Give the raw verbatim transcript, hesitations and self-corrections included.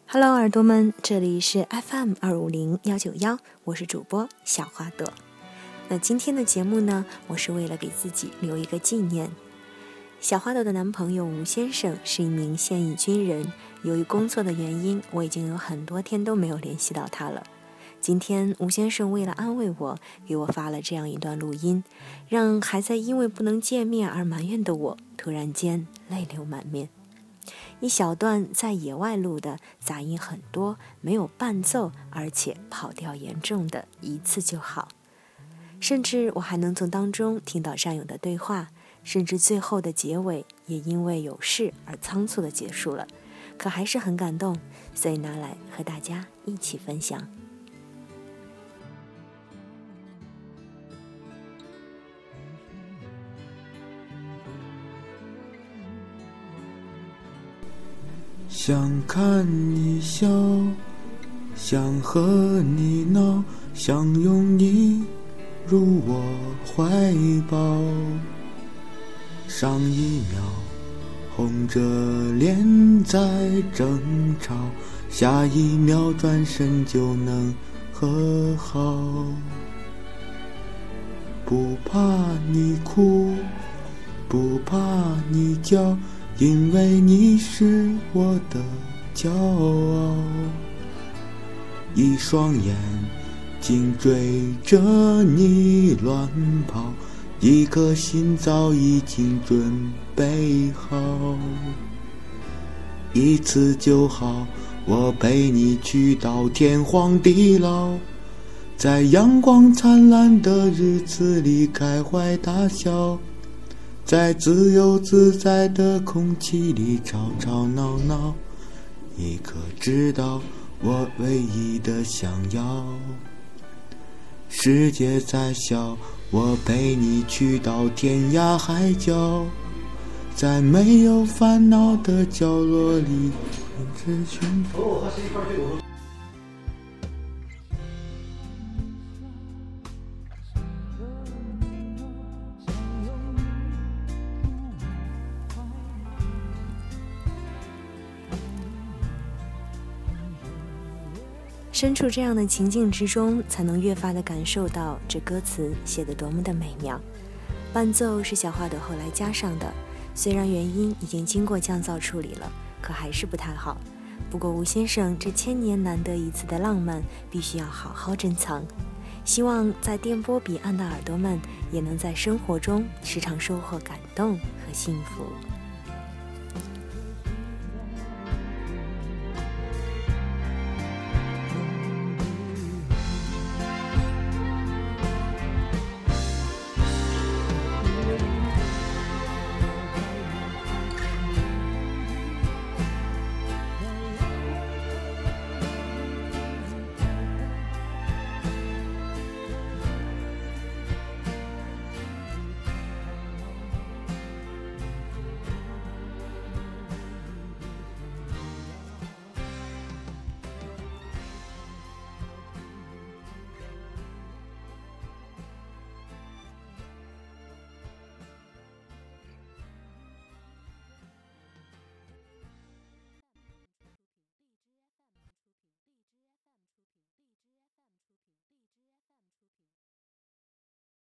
Hello， 耳朵们，这里是 F M 二五零一九一，我是主播小花朵。那今天的节目呢，我是为了给自己留一个纪念。小花朵的男朋友吴先生是一名现役军人，由于工作的原因，我已经有很多天都没有联系到他了。今天吴先生为了安慰我，给我发了这样一段录音，让还在因为不能见面而埋怨的我突然间泪流满面。一小段在野外录的，杂音很多，没有伴奏，而且跑调严重的，一次就好。甚至我还能从当中听到战友的对话，甚至最后的结尾也因为有事而仓促的结束了，可还是很感动，所以拿来和大家一起分享。 想看你笑，想和你闹，想拥你入我怀抱。上一秒红着脸在争吵，下一秒转身就能和好。不怕你哭，不怕你叫，因为你是我的骄傲。一双眼睛追着你乱跑，一颗心早已经准备好。一次就好，我陪你去到天荒地老，在阳光灿烂的日子里开怀大笑，在自由自在的空气里吵吵闹闹，你可知道我唯一的想要？世界再小，我陪你去到天涯海角，在没有烦恼的角落里只寻找。 身处这样的情境之中，才能越发的感受到这歌词写得多么的美妙。伴奏是小花朵后来加上的，虽然原音已经经过降噪处理了，可还是不太好。不过吴先生这千年难得一次的浪漫，必须要好好珍藏。希望在电波彼岸的耳朵们，也能在生活中时常收获感动和幸福。